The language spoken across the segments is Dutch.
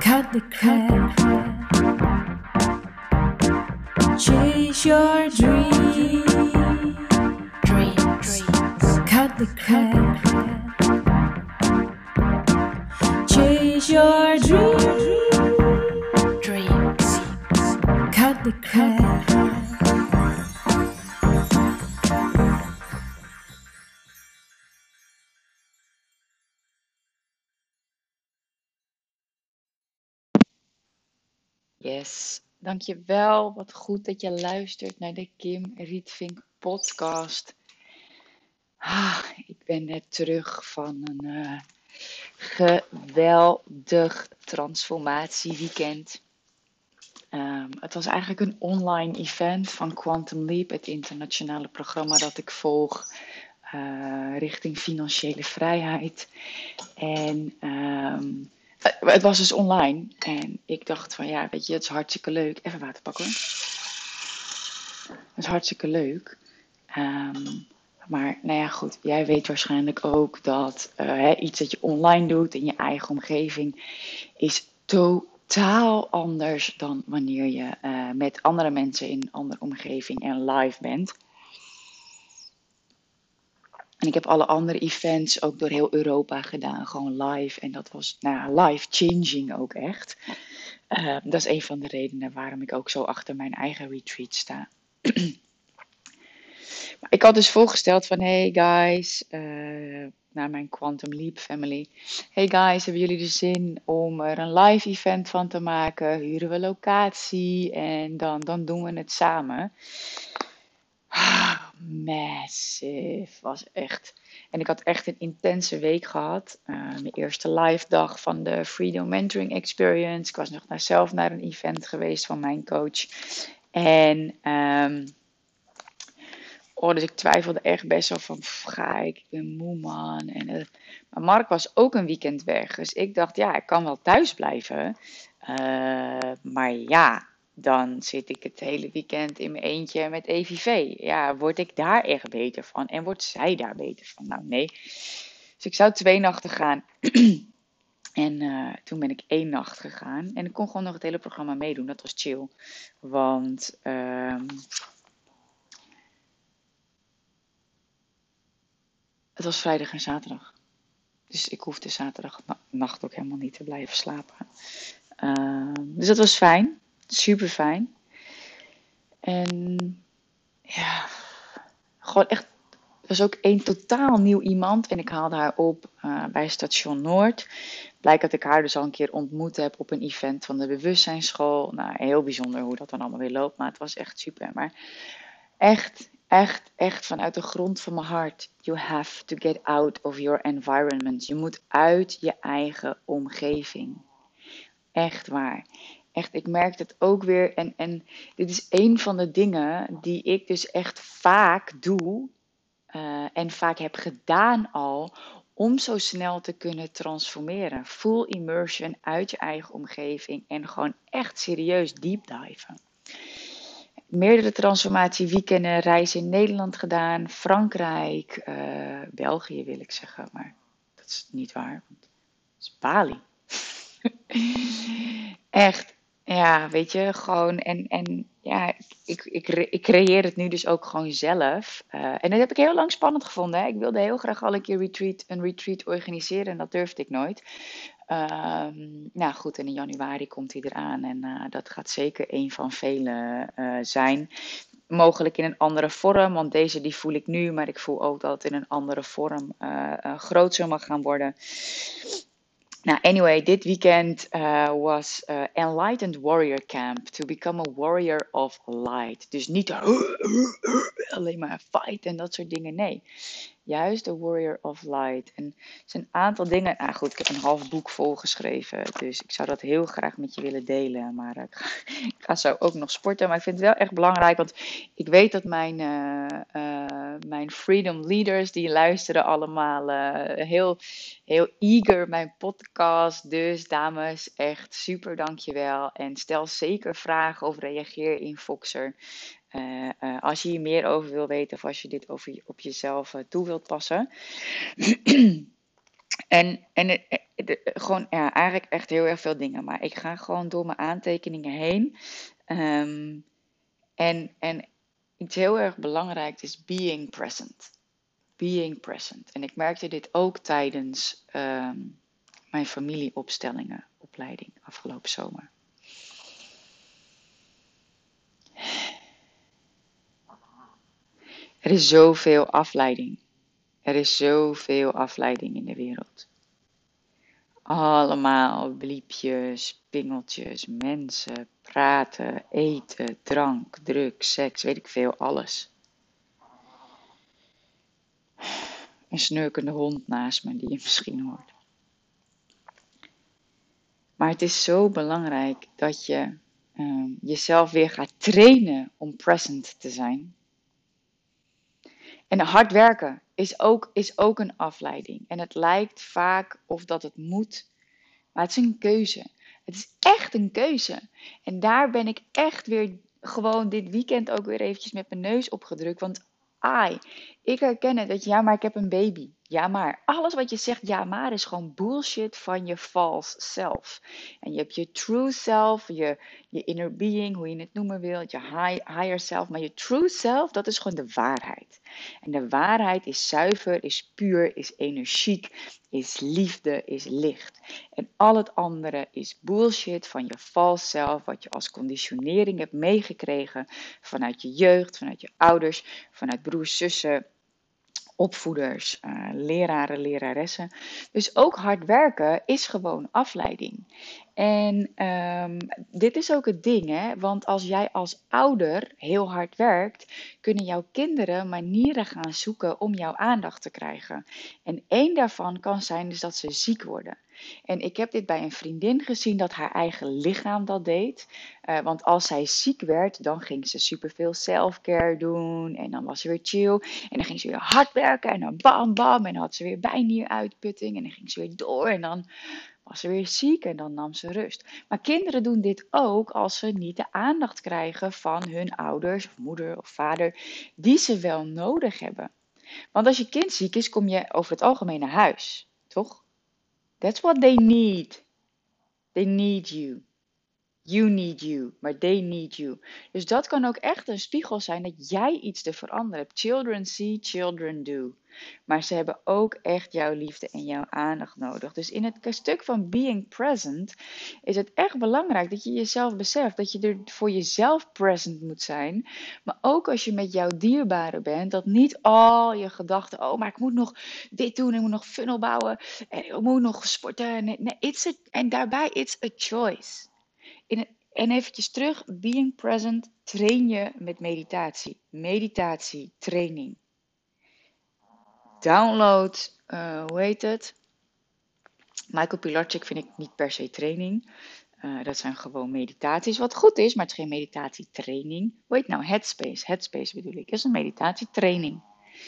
Cut the crap. Chase your dreams. Cut the crap. Chase your dreams. Cut the crap. Yes, dankjewel. Wat goed dat je luistert naar de Kim Rietvink podcast. Ik ben net terug van een geweldig transformatieweekend. Het was eigenlijk een online event van Quantum Leap, het internationale programma dat ik volg richting financiële vrijheid. En het was dus online. En ik dacht van ja, weet je, het is hartstikke leuk. Even water pakken hoor. Het is hartstikke leuk. Maar nou ja, goed. Jij weet waarschijnlijk ook dat iets dat je online doet in je eigen omgeving is totaal anders dan wanneer je met andere mensen in een andere omgeving en live bent. En ik heb alle andere events ook door heel Europa gedaan, gewoon live. En dat was life-changing ook echt. Dat is een van de redenen waarom ik ook zo achter mijn eigen retreat sta. Maar ik had dus voorgesteld van, hey guys, naar mijn Quantum Leap family. Hey guys, hebben jullie de zin om er een live event van te maken? Huren we locatie en dan doen we het samen. Massive, was echt. En ik had echt een intense week gehad. Mijn eerste live dag van de Freedom Mentoring Experience. Ik was nog zelf naar een event geweest van mijn coach. En dus ik twijfelde echt best wel van, ga ik ben moe man. Maar Mark was ook een weekend weg. Dus ik dacht, ja, ik kan wel thuis blijven. Maar ja, dan zit ik het hele weekend in mijn eentje met EVV. Ja, word ik daar echt beter van? En wordt zij daar beter van? Nou, nee. Dus ik zou 2 nachten gaan. En toen ben ik 1 nacht gegaan. En ik kon gewoon nog het hele programma meedoen. Dat was chill. Want het was vrijdag en zaterdag. Dus ik hoefde zaterdagnacht ook helemaal niet te blijven slapen. Dus dat was fijn. Super fijn. En ja, gewoon echt. Er was ook 1 totaal nieuw iemand. En ik haalde haar op bij Station Noord. Blijkt dat ik haar dus al een keer ontmoet heb op een event van de bewustzijnsschool. Nou, heel bijzonder hoe dat dan allemaal weer loopt. Maar het was echt super. Maar echt vanuit de grond van mijn hart. You have to get out of your environment. Je moet uit je eigen omgeving. Echt waar. Echt, ik merk het ook weer. En dit is een van de dingen die ik dus echt vaak doe. En vaak heb gedaan al. Om zo snel te kunnen transformeren. Full immersion uit je eigen omgeving. En gewoon echt serieus deep diven. Meerdere transformatieweekenden, reizen in Nederland gedaan, Frankrijk, België wil ik zeggen, maar dat is niet waar, want het is Bali. Echt, ja, weet je, gewoon en ja, ik creëer het nu dus ook gewoon zelf. En dat heb ik heel lang spannend gevonden. Hè. Ik wilde heel graag al een keer een retreat organiseren en dat durfde ik nooit. Nou goed, en in januari komt hij eraan en dat gaat zeker een van vele zijn. Mogelijk in een andere vorm, want deze die voel ik nu, maar ik voel ook dat het in een andere vorm groot mag gaan worden. Nou, anyway, dit weekend was Enlightened Warrior Camp. To become a warrior of light. Dus niet alleen maar fight en dat soort dingen. Nee, juist de warrior of light. En er zijn een aantal dingen. Nou goed, ik heb een half boek volgeschreven. Dus ik zou dat heel graag met je willen delen. Maar ik ga zo ook nog sporten. Maar ik vind het wel echt belangrijk. Want ik weet dat mijn Freedom Leaders, die luisteren allemaal heel eager mijn podcast. Dus dames, echt super dankjewel. En stel zeker vragen of reageer in Voxer. Als je hier meer over wil weten of als je dit op jezelf toe wilt passen. En gewoon, ja, eigenlijk echt heel erg veel dingen. Maar ik ga gewoon door mijn aantekeningen heen. Ehm, en iets heel erg belangrijks is being present. Being present. En ik merkte dit ook tijdens mijn familieopstellingen, opleiding afgelopen zomer. Er is zoveel afleiding. Er is zoveel afleiding in de wereld. Allemaal bliepjes, pingeltjes, mensen, praten, eten, drank, drugs, seks, weet ik veel, alles. Een snurkende hond naast me die je misschien hoort. Maar het is zo belangrijk dat je jezelf weer gaat trainen om present te zijn. En hard werken is ook een afleiding. En het lijkt vaak of dat het moet, maar het is een keuze. Het is echt een keuze. En daar ben ik echt weer gewoon dit weekend ook weer eventjes met mijn neus opgedrukt. Want ik herken het dat ja, maar ik heb een baby. Ja, maar alles wat je zegt, ja, maar is gewoon bullshit van je false self. En je hebt je true self, je inner being, hoe je het noemen wil, je higher self. Maar je true self, dat is gewoon de waarheid. En de waarheid is zuiver, is puur, is energiek, is liefde, is licht. En al het andere is bullshit van je false self, wat je als conditionering hebt meegekregen vanuit je jeugd, vanuit je ouders, vanuit broers, zussen, opvoeders, leraren, leraressen. Dus ook hard werken is gewoon afleiding. En dit is ook het ding, hè? Want als jij als ouder heel hard werkt, kunnen jouw kinderen manieren gaan zoeken om jouw aandacht te krijgen. En één daarvan kan zijn dus dat ze ziek worden. En ik heb dit bij een vriendin gezien dat haar eigen lichaam dat deed. Want als zij ziek werd, dan ging ze superveel self-care doen. En dan was ze weer chill. En dan ging ze weer hard werken. En dan bam bam. En dan had ze weer bijnieruitputting. En dan ging ze weer door. En dan was ze weer ziek en dan nam ze rust. Maar kinderen doen dit ook als ze niet de aandacht krijgen van hun ouders, of moeder of vader, die ze wel nodig hebben. Want als je kind ziek is, kom je over het algemeen naar huis, toch? That's what they need. They need you. You need you, maar they need you. Dus dat kan ook echt een spiegel zijn dat jij iets te veranderen hebt. Children see, children do. Maar ze hebben ook echt jouw liefde en jouw aandacht nodig. Dus in het stuk van being present is het echt belangrijk dat je jezelf beseft. Dat je er voor jezelf present moet zijn. Maar ook als je met jouw dierbaren bent. Dat niet al je gedachten, oh maar ik moet nog dit doen. Ik moet nog funnel bouwen. En ik moet nog sporten. Nee, en daarbij, it's a choice. En eventjes terug, being present train je met meditatie. Meditatie, training. Download, hoe heet het? Michael Pilarczyk vind ik niet per se training. Dat zijn gewoon meditaties, wat goed is, maar het is geen meditatietraining. Hoe heet nou? Headspace bedoel ik. Dat is een meditatietraining.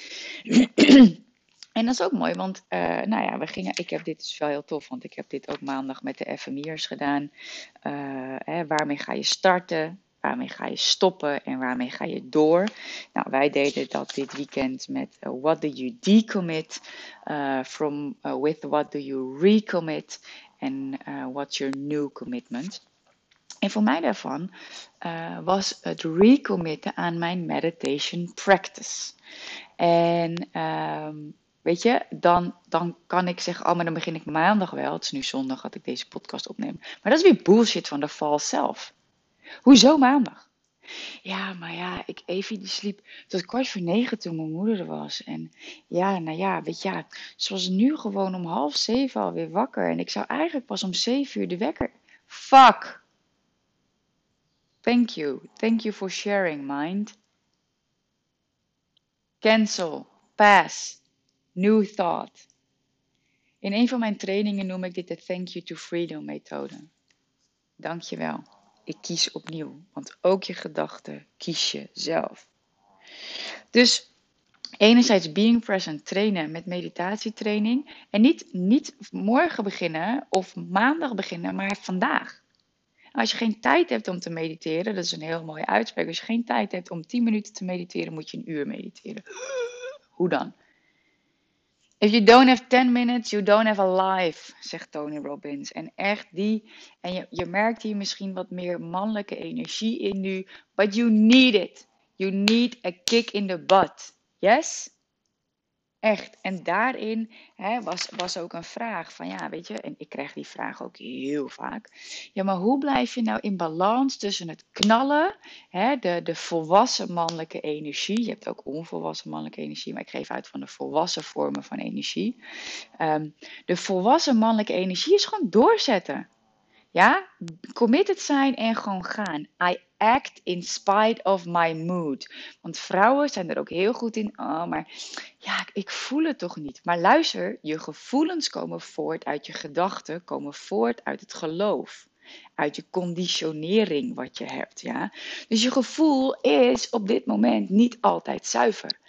En dat is ook mooi, want ik heb dit dus wel heel tof, want ik heb dit ook maandag met de FMI'ers gedaan. Waarmee ga je starten? Waarmee ga je stoppen en waarmee ga je door? Nou, wij deden dat dit weekend met what do you decommit with what do you recommit en what's your new commitment? En voor mij daarvan was het recommitten aan mijn meditation practice. En weet je, dan kan ik zeggen, maar dan begin ik maandag wel. Het is nu zondag dat ik deze podcast opneem. Maar dat is weer bullshit van de false self. Hoezo maandag? Ja, maar ja, Evie die sliep tot 8:45 toen mijn moeder er was. En weet je, ze was nu gewoon om 6:30 alweer wakker. En ik zou eigenlijk pas om 7 uur de wekker. Fuck! Thank you for sharing, mind. Cancel, pass, new thought. In een van mijn trainingen noem ik dit de Thank You to Freedom methode. Dankjewel. Ik kies opnieuw, want ook je gedachten kies je zelf. Dus enerzijds being present trainen met meditatietraining. En niet morgen beginnen of maandag beginnen, maar vandaag. Als je geen tijd hebt om te mediteren, dat is een heel mooie uitspraak. Als je geen tijd hebt om 10 minuten te mediteren, moet je 1 uur mediteren. Hoe dan? If you don't have 10 minutes, you don't have a life, zegt Tony Robbins. En echt die, en je merkt hier misschien wat meer mannelijke energie in nu, but you need it. You need a kick in the butt. Yes? Echt. En daarin was ook een vraag van, ja, weet je, en ik krijg die vraag ook heel vaak. Ja, maar hoe blijf je nou in balans tussen het knallen, de volwassen mannelijke energie. Je hebt ook onvolwassen mannelijke energie, maar ik geef uit van de volwassen vormen van energie. De volwassen mannelijke energie is gewoon doorzetten. Ja, committed zijn en gewoon gaan. I act in spite of my mood. Want vrouwen zijn er ook heel goed in. Oh, maar ja, ik voel het toch niet. Maar luister, je gevoelens komen voort uit je gedachten, komen voort uit het geloof. Uit je conditionering wat je hebt, ja. Dus je gevoel is op dit moment niet altijd zuiver.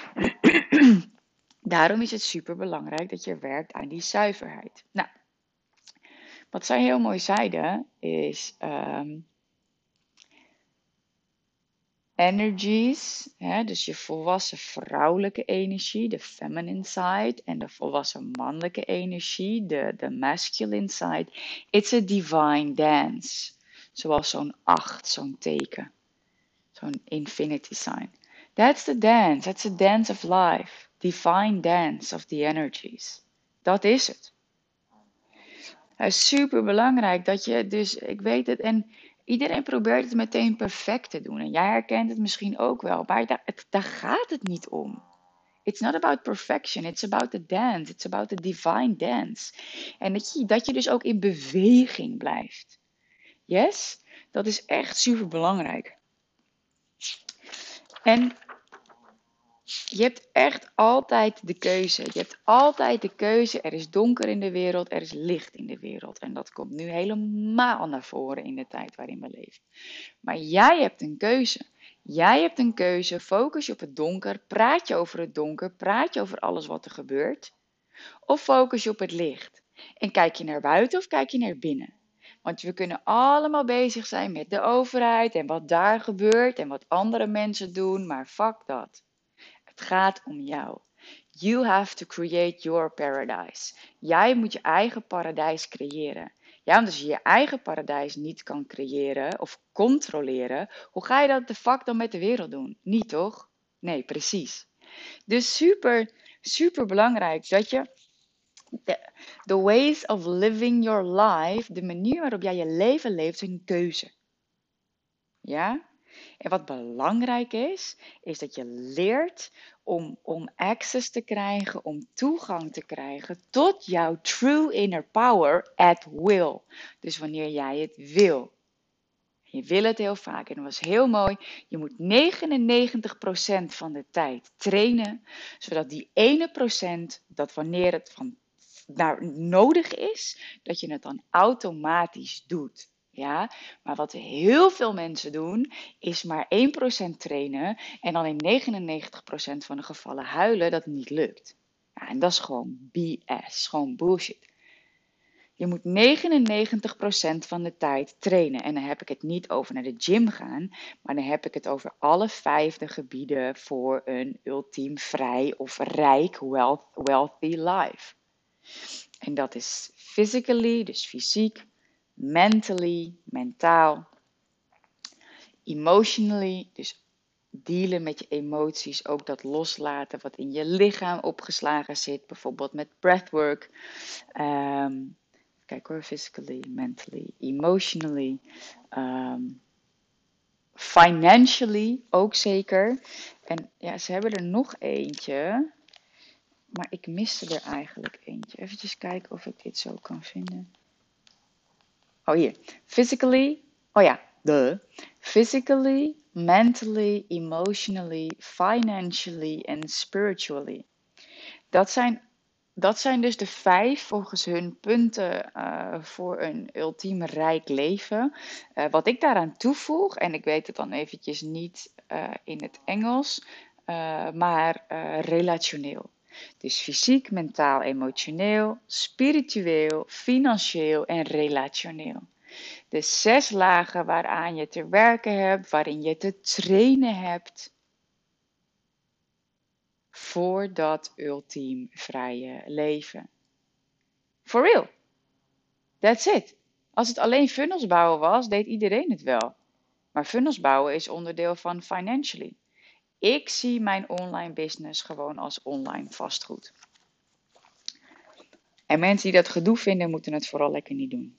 Daarom is het super belangrijk dat je werkt aan die zuiverheid. Nou, wat zij heel mooi zeiden is energies, dus je volwassen vrouwelijke energie, de feminine side, en de volwassen mannelijke energie, de masculine side. It's a divine dance. Zoals zo'n 8, zo'n teken, zo'n infinity sign. That's the dance, that's the dance of life. Divine dance of the energies. Dat is het. Het is super belangrijk dat je dus, ik weet het, en iedereen probeert het meteen perfect te doen. En jij herkent het misschien ook wel, maar daar gaat het niet om. It's not about perfection, it's about the dance, it's about the divine dance. En dat je dus ook in beweging blijft. Yes? Dat is echt super belangrijk. En je hebt echt altijd de keuze. Je hebt altijd de keuze. Er is donker in de wereld, er is licht in de wereld. En dat komt nu helemaal naar voren in de tijd waarin we leven. Maar jij hebt een keuze. Jij hebt een keuze. Focus je op het donker. Praat je over het donker. Praat je over alles wat er gebeurt. Of focus je op het licht. En kijk je naar buiten of kijk je naar binnen. Want we kunnen allemaal bezig zijn met de overheid en wat daar gebeurt en wat andere mensen doen. Maar fuck dat. Het gaat om jou. You have to create your paradise. Jij moet je eigen paradijs creëren. Ja, want als je je eigen paradijs niet kan creëren of controleren, hoe ga je dat de fuck dan met de wereld doen? Niet toch? Nee, precies. Dus super, super belangrijk dat je the ways of living your life, de manier waarop jij je leven leeft, is een keuze. Ja? En wat belangrijk is dat je leert om access te krijgen, om toegang te krijgen tot jouw true inner power at will. Dus wanneer jij het wil. Je wil het heel vaak en dat was heel mooi. Je moet 99% van de tijd trainen, zodat die ene procent, dat wanneer het nodig is, dat je het dan automatisch doet. Ja, maar wat heel veel mensen doen, is maar 1% trainen en dan in 99% van de gevallen huilen dat het niet lukt. Ja, en dat is gewoon BS, gewoon bullshit. Je moet 99% van de tijd trainen. En dan heb ik het niet over naar de gym gaan, maar dan heb ik het over alle 5 gebieden voor een ultiem vrij of rijk, wealthy life. En dat is physically, dus fysiek, mentally, mentaal, emotionally, dus dealen met je emoties, ook dat loslaten wat in je lichaam opgeslagen zit, bijvoorbeeld met breathwork. Kijk hoor, physically, mentally, emotionally, financially ook zeker. En ja, ze hebben er nog eentje, maar ik miste er eigenlijk eentje. Even kijken of ik dit zo kan vinden. Oh, hier. Physically. Oh ja, physically, mentally, emotionally, financially en spiritually. Dat zijn dus de 5 volgens hun punten voor een ultiem rijk leven. Wat ik daaraan toevoeg, en ik weet het dan eventjes niet in het Engels, maar relationeel. Dus fysiek, mentaal, emotioneel, spiritueel, financieel en relationeel. De 6 lagen waaraan je te werken hebt, waarin je te trainen hebt. voor dat ultiem vrije leven. For real. That's it. Als het alleen funnels bouwen was, deed iedereen het wel. Maar funnels bouwen is onderdeel van financially. Ik zie mijn online business gewoon als online vastgoed. En mensen die dat gedoe vinden, moeten het vooral lekker niet doen.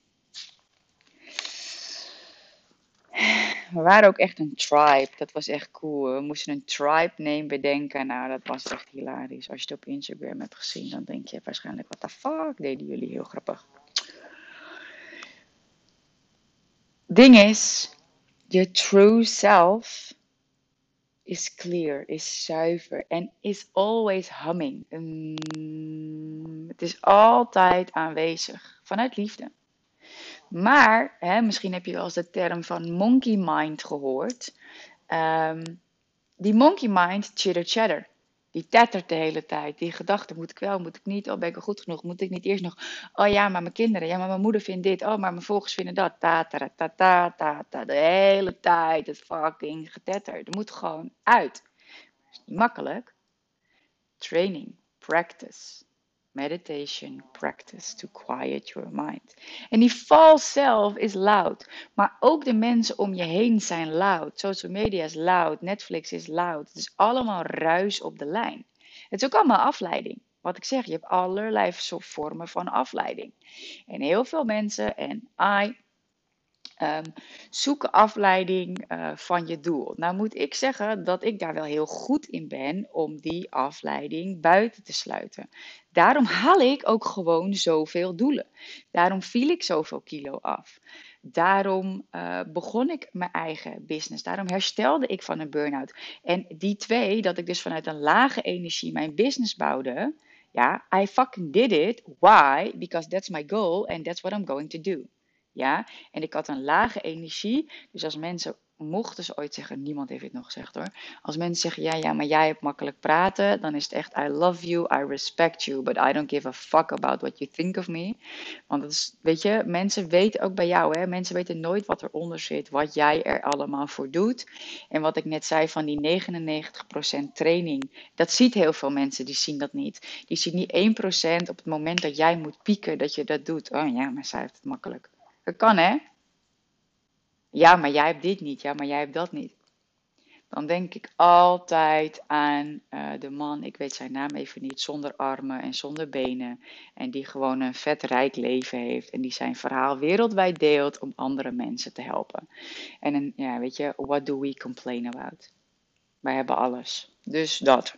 We waren ook echt een tribe. Dat was echt cool. We moesten een tribe name bedenken. Nou, dat was echt hilarisch. Als je het op Instagram hebt gezien, dan denk je waarschijnlijk, what the fuck, deden jullie heel grappig. Ding is, je true self is clear, is zuiver en is always humming. Het is altijd aanwezig, vanuit liefde. Maar, misschien heb je wel eens de term van monkey mind gehoord. Die monkey mind, chitter chatter. Die tettert de hele tijd. Die gedachte, moet ik wel, moet ik niet? Oh, ben ik wel goed genoeg? Moet ik niet eerst nog? Oh ja, maar mijn kinderen. Ja, maar mijn moeder vindt dit. Oh, maar mijn volgers vinden dat. Ta, ta, ta, ta, ta, ta. De hele tijd het fucking getetter. Het moet gewoon uit. Is niet makkelijk. Training, practice. Meditation, practice to quiet your mind. En die false self is loud. Maar ook de mensen om je heen zijn loud. Social media is loud. Netflix is loud. Het is allemaal ruis op de lijn. Het is ook allemaal afleiding. Wat ik zeg, je hebt allerlei vormen van afleiding. En heel veel mensen, en zoeken afleiding van je doel. Nou moet ik zeggen dat ik daar wel heel goed in ben om die afleiding buiten te sluiten. Daarom haal ik ook gewoon zoveel doelen. Daarom viel ik zoveel kilo af. Daarom begon ik mijn eigen business. Daarom herstelde ik van een burn-out. En die twee, dat ik dus vanuit een lage energie mijn business bouwde. Ja, I fucking did it. Why? Because that's my goal and that's what I'm going to do. Ja, en ik had een lage energie. Dus als mensen, mochten ze ooit zeggen, niemand heeft het nog gezegd hoor. Als mensen zeggen, ja, maar jij hebt makkelijk praten. Dan is het echt, I love you, I respect you. But I don't give a fuck about what you think of me. Want dat is, weet je, mensen weten ook bij jou, hè. Mensen weten nooit wat eronder zit. Wat jij er allemaal voor doet. En wat ik net zei van die 99% training. Dat ziet heel veel mensen, die zien dat niet. Die zien niet 1% op het moment dat jij moet pieken, dat je dat doet. Oh ja, maar zij heeft het makkelijk. Dat kan, hè? Ja, maar jij hebt dit niet. Ja, maar jij hebt dat niet. Dan denk ik altijd aan de man, ik weet zijn naam even niet, zonder armen en zonder benen. En die gewoon een vet rijk leven heeft. En die zijn verhaal wereldwijd deelt om andere mensen te helpen. En ja, weet je, what do we complain about? Wij hebben alles. Dus dat.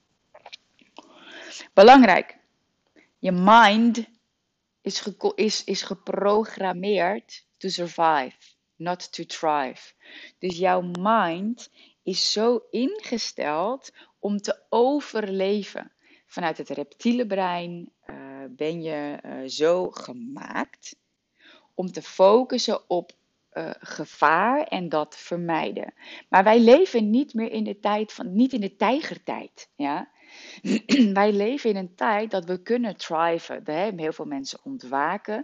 Belangrijk. Je mind is geprogrammeerd to survive, not to thrive. Dus jouw mind is zo ingesteld om te overleven. Vanuit het reptiele brein ben je zo gemaakt om te focussen op gevaar en dat vermijden. Maar wij leven niet meer in de tijd van, niet in de tijgertijd, ja. Wij leven in een tijd dat we kunnen thriven. Heel veel mensen ontwaken,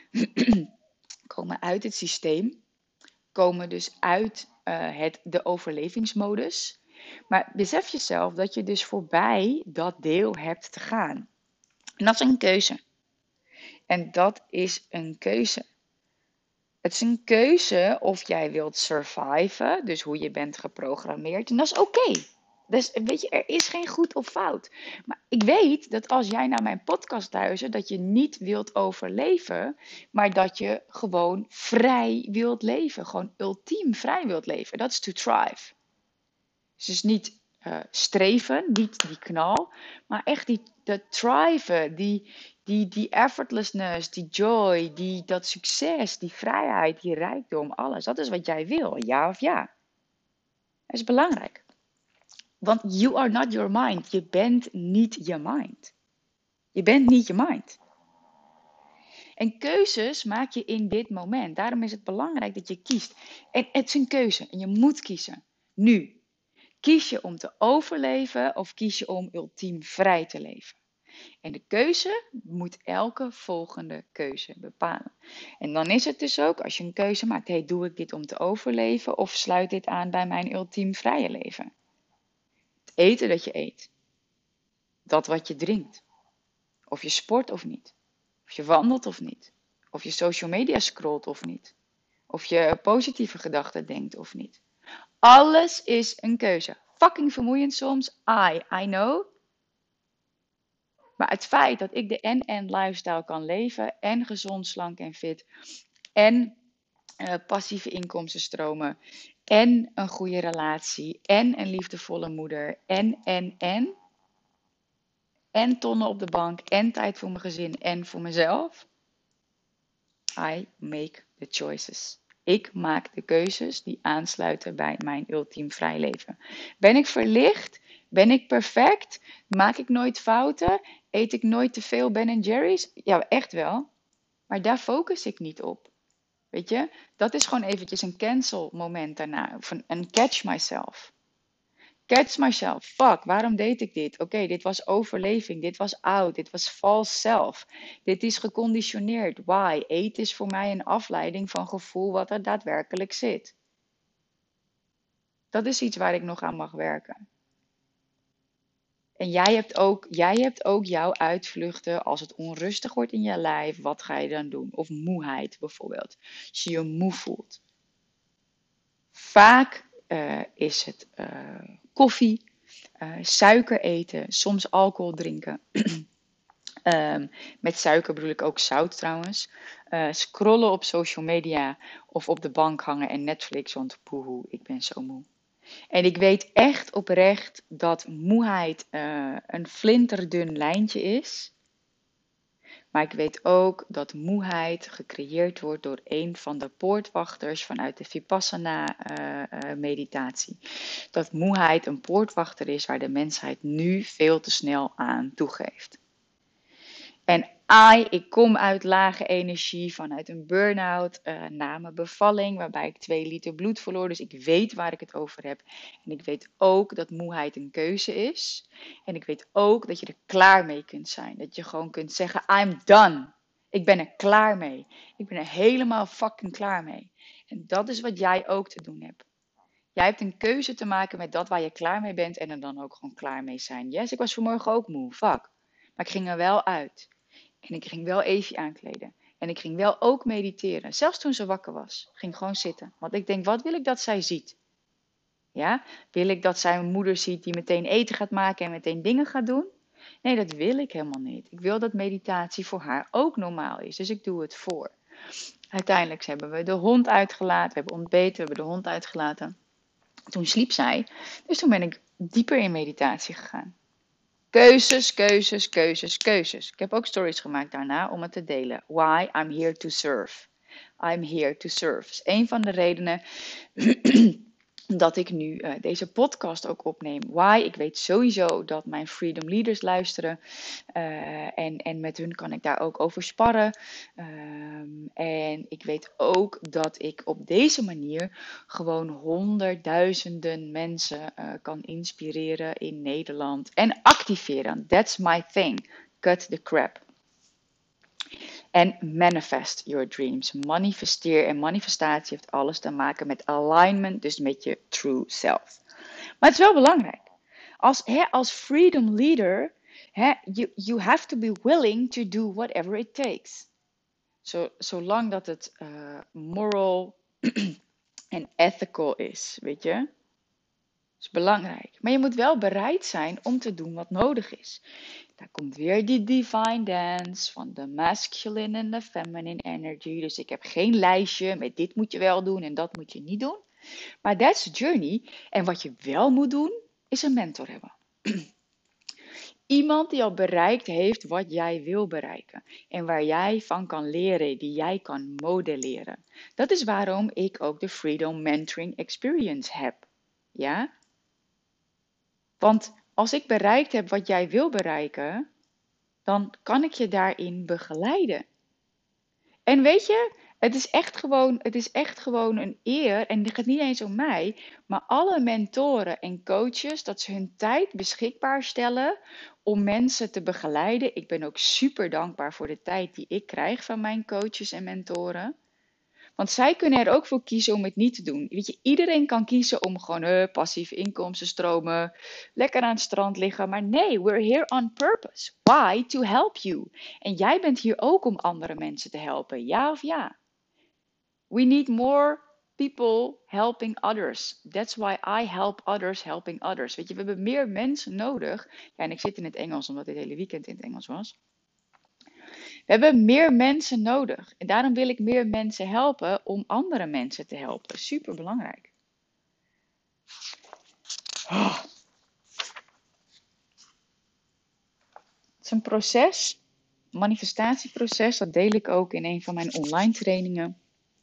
komen uit het systeem, komen dus uit de overlevingsmodus. Maar besef jezelf dat je dus voorbij dat deel hebt te gaan. En dat is een keuze. En dat is een keuze. Het is een keuze of jij wilt surviven, dus hoe je bent geprogrammeerd. En dat is oké. Dus weet je, er is geen goed of fout. Maar ik weet dat als jij naar mijn podcast luistert, dat je niet wilt overleven, maar dat je gewoon vrij wilt leven. Gewoon ultiem vrij wilt leven. Dat is to thrive. Dus niet streven, niet die knal, maar echt dat thriven, die effortlessness, die joy, dat succes, die vrijheid, die rijkdom, alles. Dat is wat jij wil, ja of ja. Dat is belangrijk. Want you are not your mind. Je bent niet je mind. Je bent niet je mind. En keuzes maak je in dit moment. Daarom is het belangrijk dat je kiest. En het is een keuze. En je moet kiezen. Nu. Kies je om te overleven of kies je om ultiem vrij te leven? En de keuze moet elke volgende keuze bepalen. En dan is het dus ook, als je een keuze maakt, doe ik dit om te overleven of sluit dit aan bij mijn ultiem vrije leven? Het eten dat je eet. dat wat je drinkt. Of je sport of niet. Of je wandelt of niet. Of je social media scrolt of niet. Of je positieve gedachten denkt of niet. Alles is een keuze. Fucking vermoeiend soms. I know. Maar het feit dat ik de en lifestyle kan leven. En gezond, slank en fit. En passieve inkomstenstromen. En een goede relatie. En een liefdevolle moeder. En tonnen op de bank. En tijd voor mijn gezin. En voor mezelf. I make the choices. Ik maak de keuzes die aansluiten bij mijn ultiem vrij leven. Ben ik verlicht? Ben ik perfect? Maak ik nooit fouten? Eet ik nooit te veel Ben Jerry's? Ja, echt wel. Maar daar focus ik niet op. Weet je? Dat is gewoon eventjes een cancel moment daarna. Of een catch myself. Catch myself. Fuck, waarom deed ik dit? Oké, dit was overleving. Dit was oud. Dit was false self. Dit is geconditioneerd. Why? Eten is voor mij een afleiding van gevoel wat er daadwerkelijk zit. Dat is iets waar ik nog aan mag werken. En jij hebt ook jouw uitvluchten als het onrustig wordt in je lijf. Wat ga je dan doen? Of moeheid bijvoorbeeld. Als je je moe voelt. Vaak is het koffie, suiker eten, soms alcohol drinken. Met suiker bedoel ik ook zout trouwens. Scrollen op social media of op de bank hangen en Netflix, want poehoe, ik ben zo moe. En ik weet echt oprecht dat moeheid een flinterdun lijntje is. Maar ik weet ook dat moeheid gecreëerd wordt door een van de poortwachters vanuit de Vipassana-meditatie. Dat moeheid een poortwachter is waar de mensheid nu veel te snel aan toegeeft. En ik kom uit lage energie vanuit een burn-out na mijn bevalling, waarbij ik 2 liter bloed verloor. Dus ik weet waar ik het over heb. En ik weet ook dat moeheid een keuze is. En ik weet ook dat je er klaar mee kunt zijn. Dat je gewoon kunt zeggen, I'm done. Ik ben er klaar mee. Ik ben er helemaal fucking klaar mee. En dat is wat jij ook te doen hebt. Jij hebt een keuze te maken met dat waar je klaar mee bent en er dan ook gewoon klaar mee zijn. Yes, ik was vanmorgen ook moe, fuck. Maar ik ging er wel uit. En ik ging wel Evie aankleden. En ik ging wel ook mediteren. Zelfs toen ze wakker was. Ging gewoon zitten. Want ik denk, wat wil ik dat zij ziet? Ja? Wil ik dat zij een moeder ziet die meteen eten gaat maken en meteen dingen gaat doen? Nee, dat wil ik helemaal niet. Ik wil dat meditatie voor haar ook normaal is. Dus ik doe het voor. Uiteindelijk hebben we de hond uitgelaten. We hebben ontbeten, we hebben de hond uitgelaten. Toen sliep zij. Dus toen ben ik dieper in meditatie gegaan. Keuzes, keuzes, keuzes, keuzes. Ik heb ook stories gemaakt daarna om het te delen. Why I'm here to serve. I'm here to serve. Dat is een van de redenen dat ik nu deze podcast ook opneem. Why? Ik weet sowieso dat mijn Freedom Leaders luisteren. En met hun kan ik daar ook over sparren. En ik weet ook dat ik op deze manier gewoon honderdduizenden mensen kan inspireren in Nederland. En activeren. That's my thing. Cut the crap. En manifest your dreams. Manifesteer en manifestatie heeft alles te maken met alignment, dus met je true self. Maar het is wel belangrijk. Als freedom leader, you have to be willing to do whatever it takes. Zolang dat het moral en ethical is, weet je. Dat is belangrijk. Maar je moet wel bereid zijn om te doen wat nodig is. Daar komt weer die divine dance van de masculine en de feminine energy. Dus ik heb geen lijstje met dit moet je wel doen en dat moet je niet doen. Maar that's the journey. En wat je wel moet doen, is een mentor hebben. Iemand die al bereikt heeft wat jij wil bereiken. En waar jij van kan leren, die jij kan modelleren. Dat is waarom ik ook de Freedom Mentoring Experience heb. Ja? Want als ik bereikt heb wat jij wil bereiken, dan kan ik je daarin begeleiden. En weet je, het is echt gewoon een eer, en het gaat niet eens om mij, maar alle mentoren en coaches, dat ze hun tijd beschikbaar stellen om mensen te begeleiden. Ik ben ook super dankbaar voor de tijd die ik krijg van mijn coaches en mentoren. Want zij kunnen er ook voor kiezen om het niet te doen. Weet je, iedereen kan kiezen om gewoon passieve inkomstenstromen, lekker aan het strand liggen. Maar nee, we're here on purpose. Why? To help you. En jij bent hier ook om andere mensen te helpen. Ja of ja? We need more people helping others. That's why I help others helping others. Weet je, we hebben meer mensen nodig. Ja, en ik zit in het Engels, omdat dit hele weekend in het Engels was. We hebben meer mensen nodig. En daarom wil ik meer mensen helpen om andere mensen te helpen. Super belangrijk. Het is een proces, een manifestatieproces. Dat deel ik ook in een van mijn online trainingen.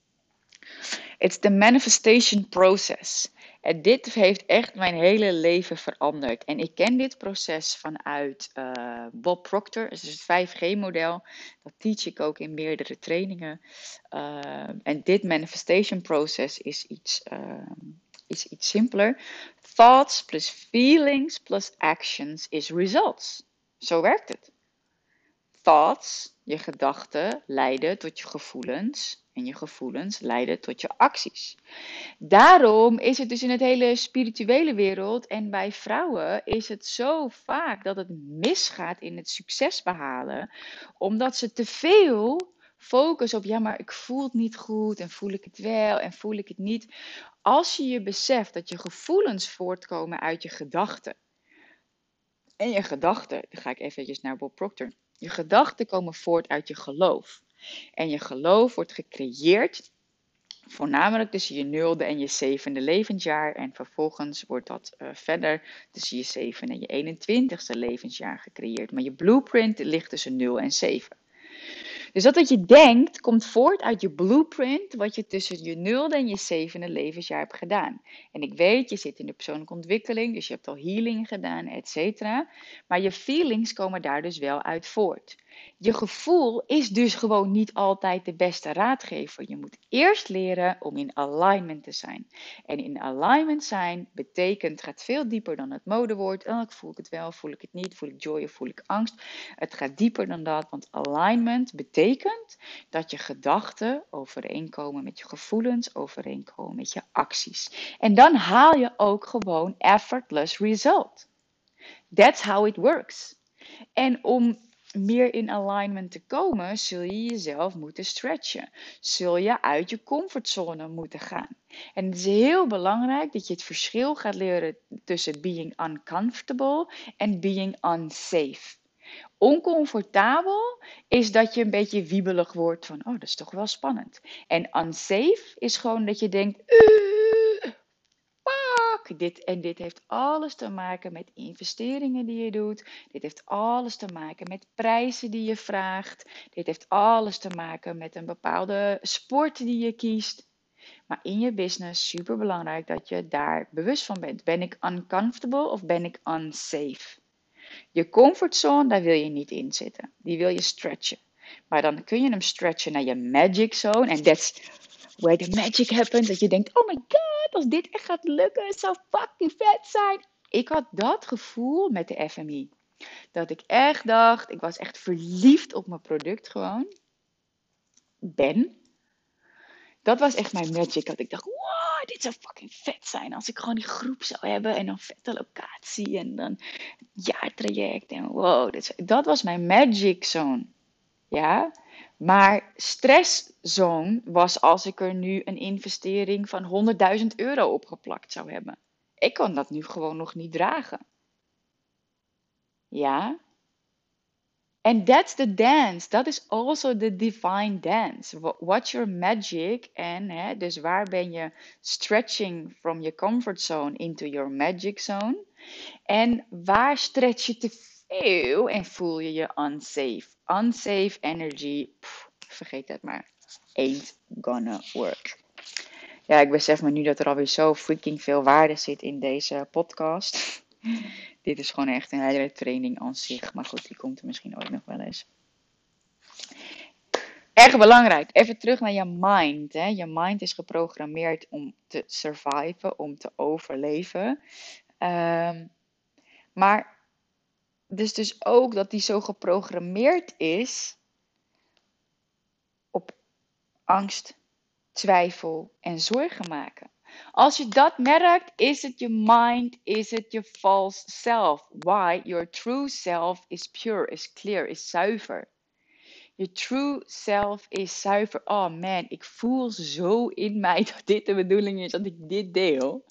It's the manifestation process. En dit heeft echt mijn hele leven veranderd. En ik ken dit proces vanuit Bob Proctor. Dus het 5G-model. Dat teach ik ook in meerdere trainingen. En dit manifestation process is iets simpeler. Thoughts plus feelings plus actions is results. Zo werkt het. Thoughts, je gedachten, leiden tot je gevoelens. En je gevoelens leiden tot je acties. Daarom is het dus in het hele spirituele wereld en bij vrouwen is het zo vaak dat het misgaat in het succes behalen. Omdat ze te veel focussen op, ja maar ik voel het niet goed en voel ik het wel en voel ik het niet. Als je je beseft dat je gevoelens voortkomen uit je gedachten. En je gedachten, dan ga ik eventjes naar Bob Proctor. Je gedachten komen voort uit je geloof. En je geloof wordt gecreëerd, voornamelijk tussen je 0e en je 7e levensjaar. En vervolgens wordt dat verder tussen je 7e en je 21ste levensjaar gecreëerd. Maar je blueprint ligt tussen 0 en 7. Dus dat wat je denkt, komt voort uit je blueprint, wat je tussen je 0e en je 7e levensjaar hebt gedaan. En ik weet, je zit in de persoonlijke ontwikkeling, dus je hebt al healing gedaan, et cetera. Maar je feelings komen daar dus wel uit voort. Je gevoel is dus gewoon niet altijd de beste raadgever. Je moet eerst leren om in alignment te zijn. En in alignment zijn betekent, gaat veel dieper dan het modewoord. Oh, ik voel het wel, voel ik het niet, voel ik joy of voel ik angst. Het gaat dieper dan dat, want alignment betekent dat je gedachten overeenkomen met je gevoelens, overeenkomen met je acties. En dan haal je ook gewoon effortless result. That's how it works. En om meer in alignment te komen, zul je jezelf moeten stretchen. Zul je uit je comfortzone moeten gaan. En het is heel belangrijk dat je het verschil gaat leren tussen being uncomfortable en being unsafe. Oncomfortabel is dat je een beetje wiebelig wordt van, oh, dat is toch wel spannend. En unsafe is gewoon dat je denkt, dit heeft alles te maken met investeringen die je doet. Dit heeft alles te maken met prijzen die je vraagt. Dit heeft alles te maken met een bepaalde sport die je kiest. Maar in je business, super belangrijk dat je daar bewust van bent. Ben ik uncomfortable of ben ik unsafe? Je comfortzone, daar wil je niet in zitten. Die wil je stretchen. Maar dan kun je hem stretchen naar je magic zone. En that's where the magic happens. Dat je denkt, oh my god, als dit echt gaat lukken, het zou fucking vet zijn. Ik had dat gevoel met de FMI. Dat ik echt dacht, ik was echt verliefd op mijn product gewoon. Dat was echt mijn magic. Dat ik dacht, wow, dit zou fucking vet zijn als ik gewoon die groep zou hebben. En dan vette locatie en dan jaartraject. En wow, dat was mijn magic zone. Ja, maar stresszone was als ik er nu een investering van 100.000 euro opgeplakt zou hebben. Ik kan dat nu gewoon nog niet dragen. Ja. And that's the dance. Dat is also the divine dance. What's your magic? En dus waar ben je stretching from your comfort zone into your magic zone? En waar stretch je te veel en voel je je unsafe? Unsafe energy, vergeet dat maar. Ain't gonna work. Ja, ik besef me nu dat er alweer zo freaking veel waarde zit in deze podcast. Dit is gewoon echt een hele training aan zich. Maar goed, die komt er misschien ooit nog wel eens. Erg belangrijk. Even terug naar je mind. Hè. Je mind is geprogrammeerd om te surviven, om te overleven. Maar dus ook dat die zo geprogrammeerd is op angst, twijfel en zorgen maken. Als je dat merkt, is het je mind, is het je false self. Why? Your true self is pure, is clear, is zuiver. Je true self is zuiver. Oh man, ik voel zo in mij dat dit de bedoeling is, dat ik dit deel.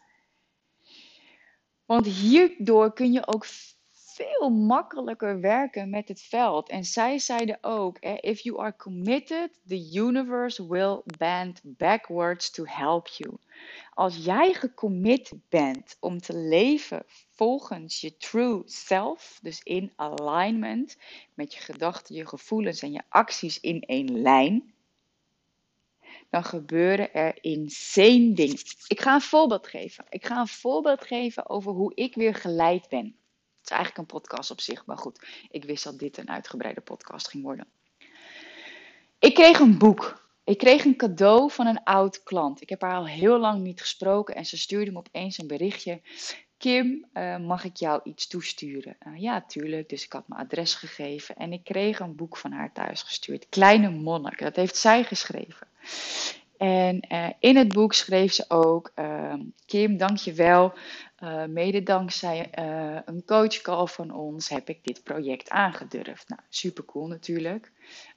Want hierdoor kun je ook veel makkelijker werken met het veld. En zij zeiden ook, if you are committed, the universe will bend backwards to help you. Als jij gecommit bent om te leven volgens je true self, dus in alignment met je gedachten, je gevoelens en je acties in één lijn, dan gebeuren er insane dingen. Ik ga een voorbeeld geven. Ik ga een voorbeeld geven over hoe ik weer geleid ben. Het is eigenlijk een podcast op zich, maar goed, ik wist dat dit een uitgebreide podcast ging worden. Ik kreeg een boek. Ik kreeg een cadeau van een oud klant. Ik heb haar al heel lang niet gesproken en ze stuurde me opeens een berichtje. Kim, mag ik jou iets toesturen? Ja, tuurlijk. Dus ik had mijn adres gegeven en ik kreeg een boek van haar thuis gestuurd. Kleine Monnik, dat heeft zij geschreven. En in het boek schreef ze ook, Kim, dankjewel. Mede dankzij een coachcall van ons heb ik dit project aangedurfd. Nou, super cool natuurlijk.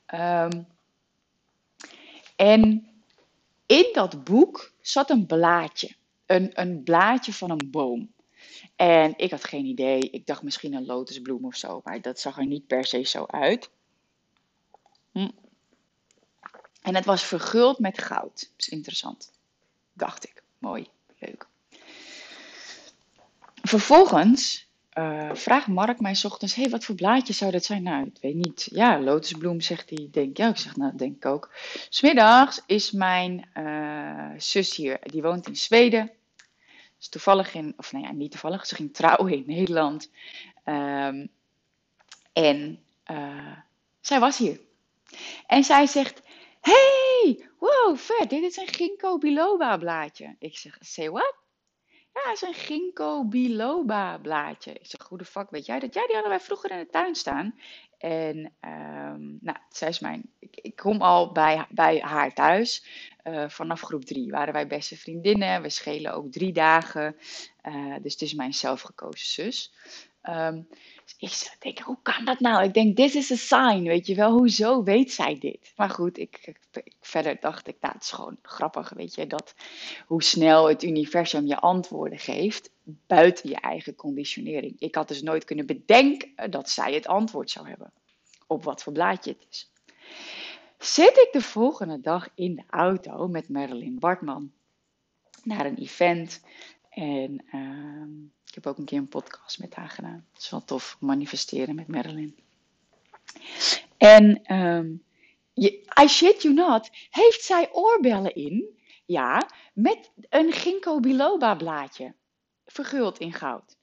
En in dat boek zat een blaadje. Een blaadje van een boom. En ik had geen idee. Ik dacht misschien een lotusbloem of zo. Maar dat zag er niet per se zo uit. En het was verguld met goud. Dat is interessant. Dacht ik. Mooi. Leuk. Vervolgens vraagt Mark mij 's ochtends. Hey, wat voor blaadje zou dat zijn? Nou, ik weet niet. Ja, lotusbloem, zegt hij. Denk, ja, ik zeg, nou, dat denk ik ook. 'S Middags is mijn zus hier. Die woont in Zweden. Is toevallig of nou ja, niet toevallig. Ze ging trouwen in Nederland. Zij was hier. En zij zegt, hey, wow, vet, dit is een ginkgo biloba blaadje. Ik zeg, say what? Ja, het is een ginkgo biloba blaadje. Ik zeg, hoe de fuck weet jij dat? Ja, die hadden wij vroeger in de tuin staan. En nou, zij is ik kom al bij haar thuis. Vanaf groep 3 waren wij beste vriendinnen. We schelen ook 3 dagen. Dus het is mijn zelfgekozen zus. Dus ik denk, hoe kan dat nou? Ik denk, this is a sign, weet je wel. Hoezo weet zij dit? Maar goed, verder dacht ik, nou, het is gewoon grappig, weet je. Dat hoe snel het universum je antwoorden geeft, buiten je eigen conditionering. Ik had dus nooit kunnen bedenken dat zij het antwoord zou hebben. Op wat voor blaadje het is. Zit ik de volgende dag in de auto met Marilyn Bartman naar een event. En ik heb ook een keer een podcast met haar gedaan. Het is wel tof, manifesteren met Marilyn. En I shit you not, heeft zij oorbellen in? Ja, met een ginkgo biloba blaadje. Verguld in goud.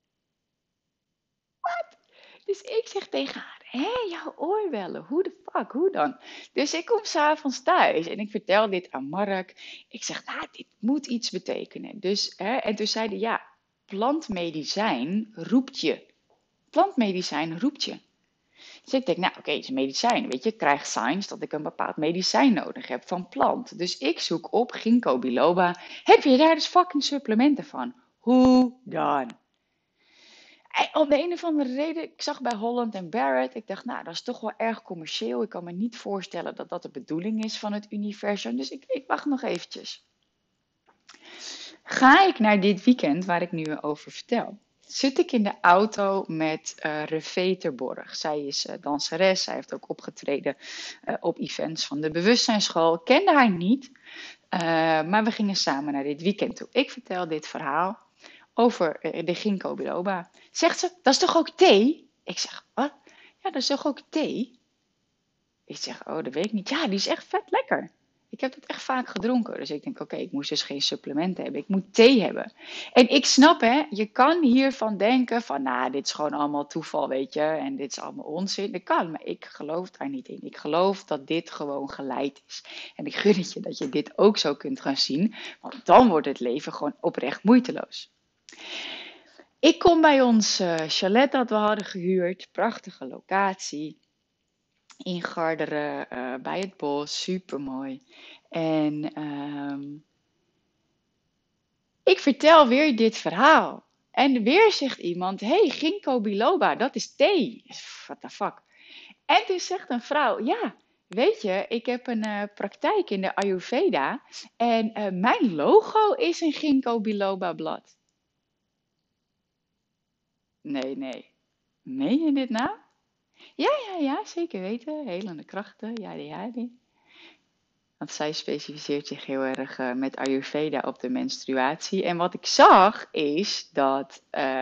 Wat? Dus ik zeg tegen haar, jouw oorbellen, hoe de fuck, hoe dan? Dus ik kom 's avonds thuis en ik vertel dit aan Mark. Ik zeg, nou, dit moet iets betekenen. Dus, en toen zei hij, ja, plantmedicijn roept je. Plantmedicijn roept je. Dus ik denk, nou oké, het is medicijn, weet je. Ik krijg signs dat ik een bepaald medicijn nodig heb van plant. Dus ik zoek op ginkgo biloba. Heb je daar dus fucking supplementen van? Hoe dan? Om de een of andere reden, ik zag bij Holland & Barrett, ik dacht, nou, dat is toch wel erg commercieel. Ik kan me niet voorstellen dat dat de bedoeling is van het universum. Dus ik wacht nog eventjes. Ga ik naar dit weekend, waar ik nu over vertel, zit ik in de auto met Revee Terborg. Zij is danseres, zij heeft ook opgetreden op events van de bewustzijnsschool. Ik kende haar niet, maar we gingen samen naar dit weekend toe. Ik vertel dit verhaal over de ginkgo biloba. Zegt ze, dat is toch ook thee? Ik zeg, wat? Ja, dat is toch ook thee? Ik zeg, oh, dat weet ik niet. Ja, die is echt vet lekker. Ik heb dat echt vaak gedronken. Dus ik denk, oké, ik moest dus geen supplementen hebben. Ik moet thee hebben. En ik snap, je kan hiervan denken van, nou, dit is gewoon allemaal toeval, weet je. En dit is allemaal onzin. Dat kan, maar ik geloof daar niet in. Ik geloof dat dit gewoon geleid is. En ik gun het je dat je dit ook zo kunt gaan zien. Want dan wordt het leven gewoon oprecht moeiteloos. Ik kom bij ons chalet dat we hadden gehuurd. Prachtige locatie. in Garderen, bij het bos. Super mooi. En ik vertel weer dit verhaal. En weer zegt iemand, hey, ginkgo biloba, dat is thee. What the fuck? En toen zegt een vrouw, ja, weet je, ik heb een praktijk in de Ayurveda. En mijn logo is een ginkgo biloba blad. Nee, nee. Meen je dit nou? Ja, ja, ja, zeker weten. Helende krachten, ja, ja, die. Want zij specificeert zich heel erg met Ayurveda op de menstruatie. En wat ik zag is dat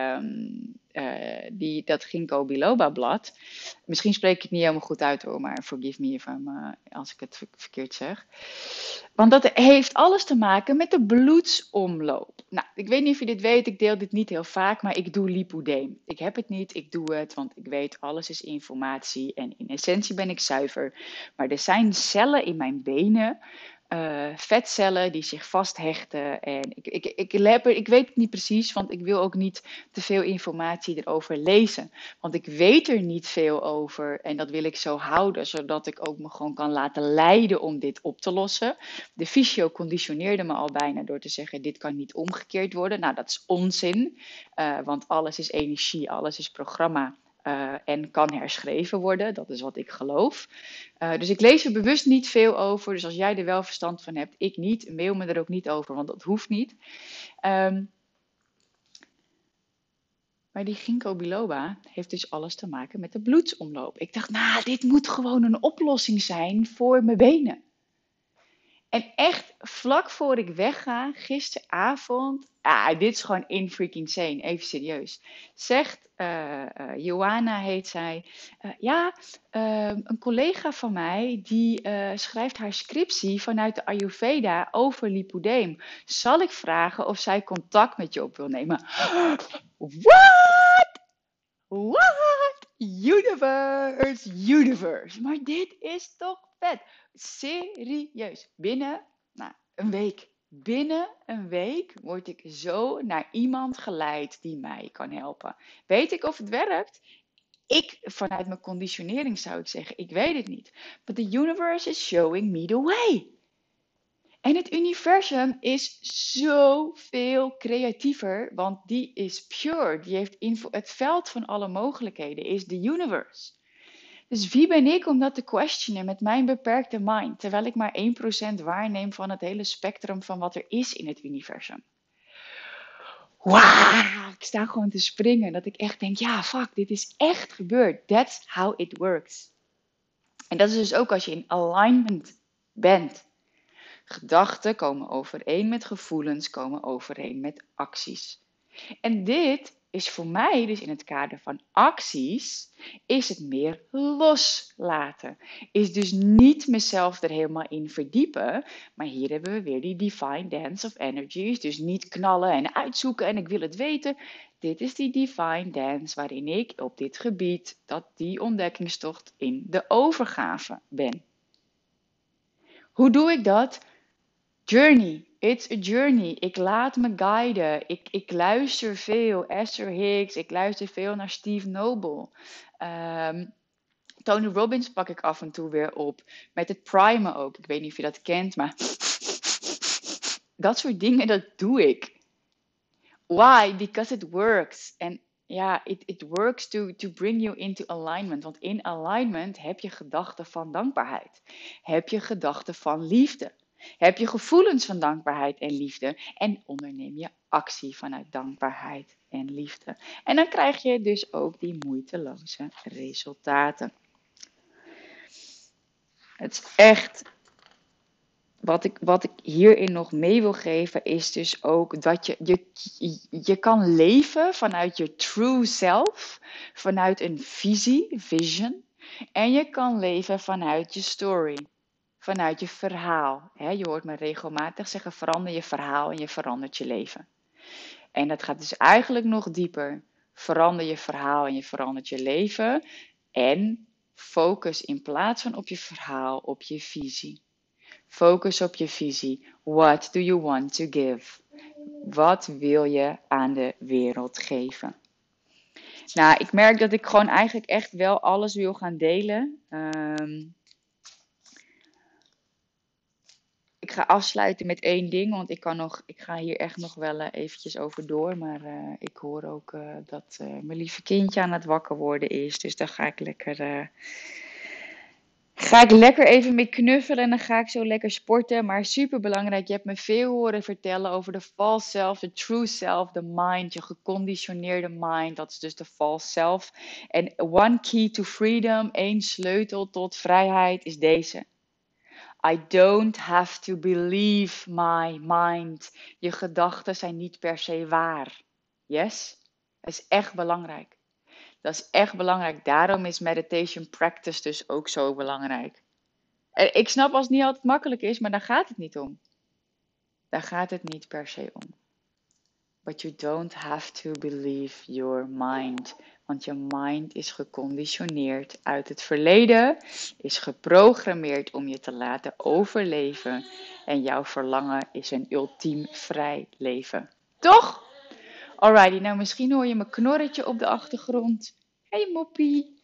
dat ginkgo biloba blad. Misschien spreek ik het niet helemaal goed uit hoor, maar forgive me als ik het verkeerd zeg. Want dat heeft alles te maken met de bloedsomloop. Nou, ik weet niet of je dit weet, ik deel dit niet heel vaak, maar ik doe lipodeem. Ik heb het niet, ik doe het, want ik weet alles is informatie en in essentie ben ik zuiver. Maar er zijn cellen in mijn benen, vetcellen die zich vasthechten. En ik weet het niet precies, want ik wil ook niet te veel informatie erover lezen. Want ik weet er niet veel over en dat wil ik zo houden, zodat ik ook me gewoon kan laten leiden om dit op te lossen. De fysio conditioneerde me al bijna door te zeggen, dit kan niet omgekeerd worden. Nou, dat is onzin, want alles is energie, alles is programma. En kan herschreven worden. Dat is wat ik geloof. Dus ik lees er bewust niet veel over. Dus als jij er wel verstand van hebt, ik niet. Mail me er ook niet over, want dat hoeft niet. Maar die ginkgo biloba heeft dus alles te maken met de bloedsomloop. Ik dacht, nou, dit moet gewoon een oplossing zijn voor mijn benen. En echt vlak voor ik wegga, gisteravond, dit is gewoon in freaking insane, even serieus. Zegt, Johanna heet zij, een collega van mij die schrijft haar scriptie vanuit de Ayurveda over lipodeem. Zal ik vragen of zij contact met je op wil nemen? What? What? Universe. Maar dit is toch vet. Serieus. Binnen een week word ik zo naar iemand geleid die mij kan helpen. Weet ik of het werkt? Vanuit mijn conditionering zou ik zeggen, ik weet het niet. But the universe is showing me the way. En het universum is zoveel creatiever, want die is pure. Die heeft het veld van alle mogelijkheden is de universe. Dus wie ben ik om dat te questionen met mijn beperkte mind, terwijl ik maar 1% waarneem van het hele spectrum van wat er is in het universum. Wauw, ik sta gewoon te springen, dat ik echt denk, ja fuck, dit is echt gebeurd. That's how it works. En dat is dus ook als je in alignment bent. Gedachten komen overeen met gevoelens, komen overeen met acties. En dit is voor mij, dus in het kader van acties, is het meer loslaten. Is dus niet mezelf er helemaal in verdiepen, maar hier hebben we weer die divine dance of energies. Dus niet knallen en uitzoeken en ik wil het weten. Dit is die divine dance waarin ik op dit gebied, die ontdekkingstocht in de overgave ben. Hoe doe ik dat? Journey. It's a journey. Ik laat me guiden. Ik luister veel. Esther Hicks. Ik luister veel naar Steve Noble. Tony Robbins pak ik af en toe weer op. Met het primen ook. Ik weet niet of je dat kent, maar dat soort dingen, dat doe ik. Why? Because it works. En ja, it works to bring you into alignment. Want in alignment heb je gedachten van dankbaarheid. Heb je gedachten van liefde. Heb je gevoelens van dankbaarheid en liefde en onderneem je actie vanuit dankbaarheid en liefde. En dan krijg je dus ook die moeiteloze resultaten. Het is echt, wat ik hierin nog mee wil geven is dus ook dat je kan leven vanuit je true self, vanuit een vision. En je kan leven vanuit je story. Vanuit je verhaal. Je hoort me regelmatig zeggen, verander je verhaal en je verandert je leven. En dat gaat dus eigenlijk nog dieper. Verander je verhaal en je verandert je leven. En focus in plaats van op je verhaal, op je visie. Focus op je visie. What do you want to give? Wat wil je aan de wereld geven? Nou, ik merk dat ik gewoon eigenlijk echt wel alles wil gaan delen. Ik ga afsluiten met één ding, want ik ga hier echt nog wel eventjes over door. Maar ik hoor ook dat mijn lieve kindje aan het wakker worden is. Dus daar ga ik lekker even mee knuffelen en dan ga ik zo lekker sporten. Maar super belangrijk, je hebt me veel horen vertellen over de false self, de true self, de mind, je geconditioneerde mind. Dat is dus de false self. En one key to freedom, één sleutel tot vrijheid is deze. I don't have to believe my mind. Je gedachten zijn niet per se waar. Yes? Dat is echt belangrijk. Dat is echt belangrijk. Daarom is meditation practice dus ook zo belangrijk. En ik snap als het niet altijd makkelijk is, maar daar gaat het niet om. Daar gaat het niet per se om. But you don't have to believe your mind. Want je mind is geconditioneerd uit het verleden, is geprogrammeerd om je te laten overleven. En jouw verlangen is een ultiem vrij leven. Toch? Alrighty, nou misschien hoor je mijn knorretje op de achtergrond. Hey moppie.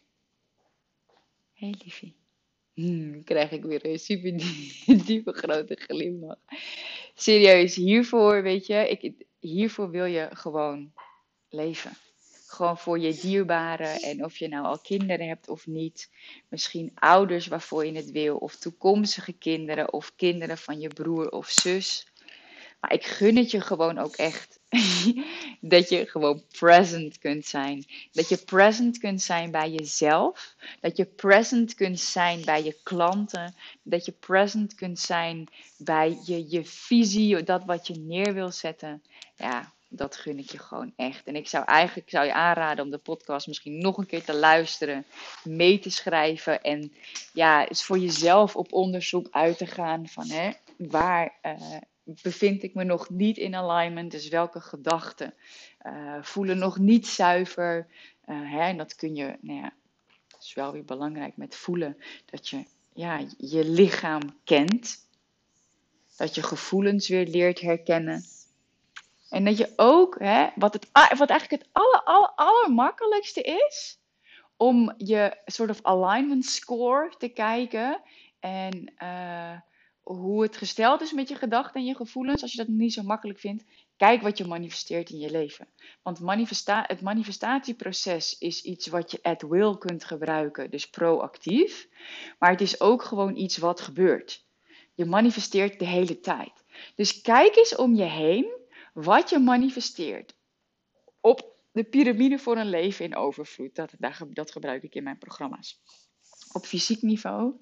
Hey liefie. Krijg ik weer een super diepe grote glimlach. Serieus, hiervoor, weet je, hiervoor wil je gewoon leven. Gewoon voor je dierbaren. En of je nou al kinderen hebt of niet. Misschien ouders waarvoor je het wil. Of toekomstige kinderen. Of kinderen van je broer of zus. Maar ik gun het je gewoon ook echt. Dat je gewoon present kunt zijn. Dat je present kunt zijn bij jezelf. Dat je present kunt zijn bij je klanten. Dat je present kunt zijn bij je visie. Dat wat je neer wil zetten. Ja, dat gun ik je gewoon echt. En ik zou je aanraden om de podcast misschien nog een keer te luisteren. Mee te schrijven. En ja, eens voor jezelf op onderzoek uit te gaan van waar bevind ik me nog niet in alignment. Dus welke gedachten voelen nog niet zuiver. En dat kun je, nou ja, dat is wel weer belangrijk met voelen. Dat je je lichaam kent. Dat je gevoelens weer leert herkennen. En dat je ook, wat eigenlijk het allermakkelijkste is, om je soort of alignment score te kijken. En hoe het gesteld is met je gedachten en je gevoelens. Als je dat niet zo makkelijk vindt, kijk wat je manifesteert in je leven. Want het manifestatieproces is iets wat je at will kunt gebruiken. Dus proactief. Maar het is ook gewoon iets wat gebeurt. Je manifesteert de hele tijd. Dus kijk eens om je heen wat je manifesteert. Op de piramide voor een leven in overvloed. Dat gebruik ik in mijn programma's. Op fysiek niveau.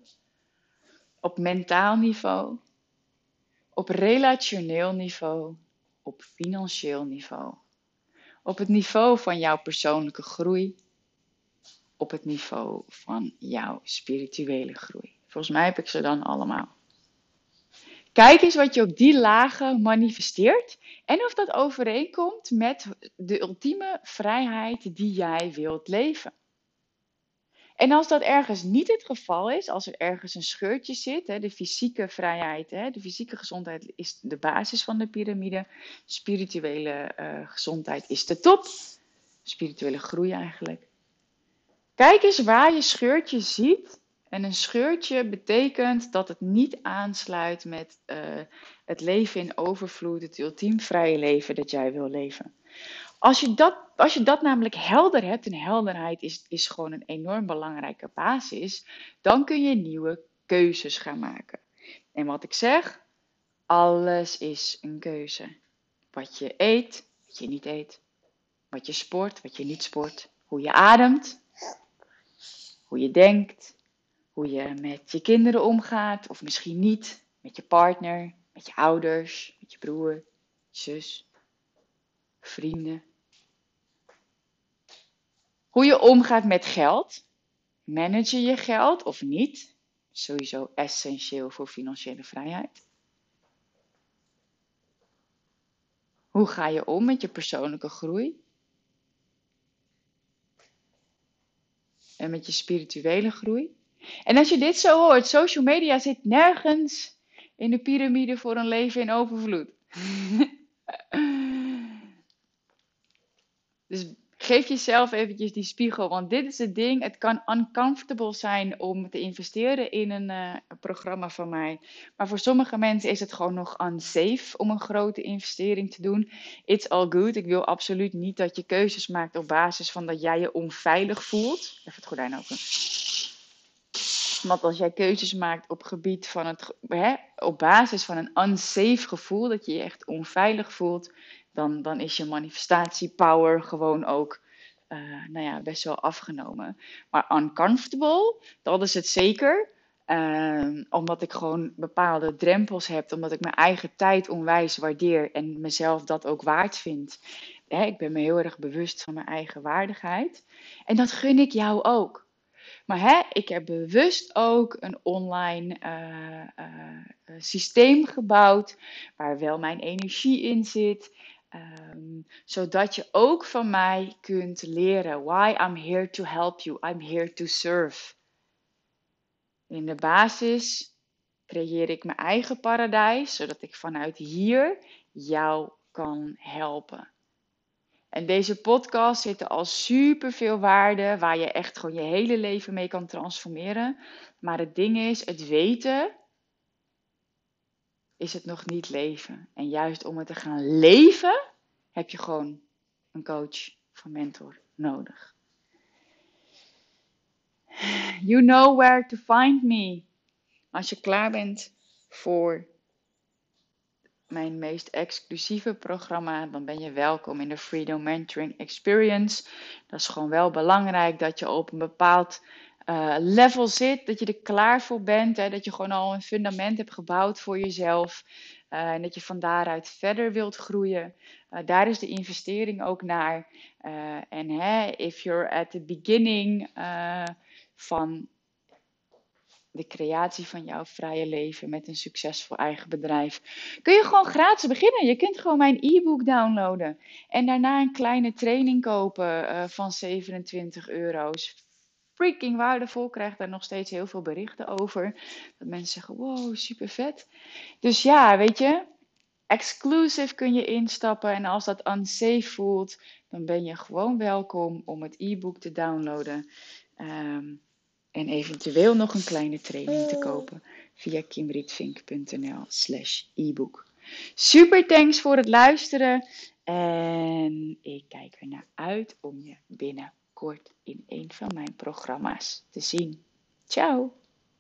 Op mentaal niveau. Op relationeel niveau. Op financieel niveau. Op het niveau van jouw persoonlijke groei. Op het niveau van jouw spirituele groei. Volgens mij heb ik ze dan allemaal. Kijk eens wat je op die lagen manifesteert. En of dat overeenkomt met de ultieme vrijheid die jij wilt leven. En als dat ergens niet het geval is, als er ergens een scheurtje zit, de fysieke vrijheid, de fysieke gezondheid is de basis van de piramide. Spirituele gezondheid is de top. Spirituele groei eigenlijk. Kijk eens waar je scheurtje ziet. En een scheurtje betekent dat het niet aansluit met het leven in overvloed, het ultiem vrije leven dat jij wil leven. Als je dat namelijk helder hebt, en helderheid is gewoon een enorm belangrijke basis, dan kun je nieuwe keuzes gaan maken. En wat ik zeg, alles is een keuze. Wat je eet, wat je niet eet. Wat je sport, wat je niet sport. Hoe je ademt, hoe je denkt, hoe je met je kinderen omgaat, of misschien niet, met je partner, met je ouders, met je broer, je zus, vrienden. Hoe je omgaat met geld. Manage je geld of niet? Sowieso essentieel voor financiële vrijheid. Hoe ga je om met je persoonlijke groei? En met je spirituele groei? En als je dit zo hoort, social media zit nergens in de piramide voor een leven in overvloed. Dus Geef jezelf eventjes die spiegel, want dit is het ding. Het kan uncomfortable zijn om te investeren in een programma van mij. Maar voor sommige mensen is het gewoon nog unsafe om een grote investering te doen. It's all good. Ik wil absoluut niet dat je keuzes maakt op basis van dat jij je onveilig voelt. Even het gordijn open. Want als jij keuzes maakt op gebied van op basis van een unsafe gevoel, dat je je echt onveilig voelt, dan is je manifestatiepower gewoon ook best wel afgenomen. Maar uncomfortable, dat is het zeker. Omdat ik gewoon bepaalde drempels heb, omdat ik mijn eigen tijd onwijs waardeer en mezelf dat ook waard vind. Ik ben me heel erg bewust van mijn eigen waardigheid. En dat gun ik jou ook. Maar ik heb bewust ook een online systeem gebouwd waar wel mijn energie in zit. Zodat je ook van mij kunt leren. Why I'm here to help you. I'm here to serve. In de basis creëer ik mijn eigen paradijs, zodat ik vanuit hier jou kan helpen. En deze podcast zit er al super veel waarde, waar je echt gewoon je hele leven mee kan transformeren. Maar het ding is, het weten is het nog niet leven. En juist om het te gaan leven, heb je gewoon een coach of een mentor nodig. You know where to find me. Als je klaar bent voor mijn meest exclusieve programma, dan ben je welkom in de Freedom Mentoring Experience. Dat is gewoon wel belangrijk dat je op een bepaald level zit, dat je er klaar voor bent, dat je gewoon al een fundament hebt gebouwd voor jezelf en dat je van daaruit verder wilt groeien. Daar is de investering ook naar. If you're at the beginning van de creatie van jouw vrije leven met een succesvol eigen bedrijf, kun je gewoon gratis beginnen. Je kunt gewoon mijn e-book downloaden en daarna een kleine training kopen van €27. Freaking waardevol, krijg daar nog steeds heel veel berichten over. Dat mensen zeggen, wow, super vet. Dus ja, weet je, exclusive kun je instappen en als dat unsafe voelt, dan ben je gewoon welkom om het e-book te downloaden. En eventueel nog een kleine training te kopen via kimrietvink.nl/ebook. Super thanks voor het luisteren. En ik kijk er naar uit om je binnenkort in een van mijn programma's te zien. Ciao!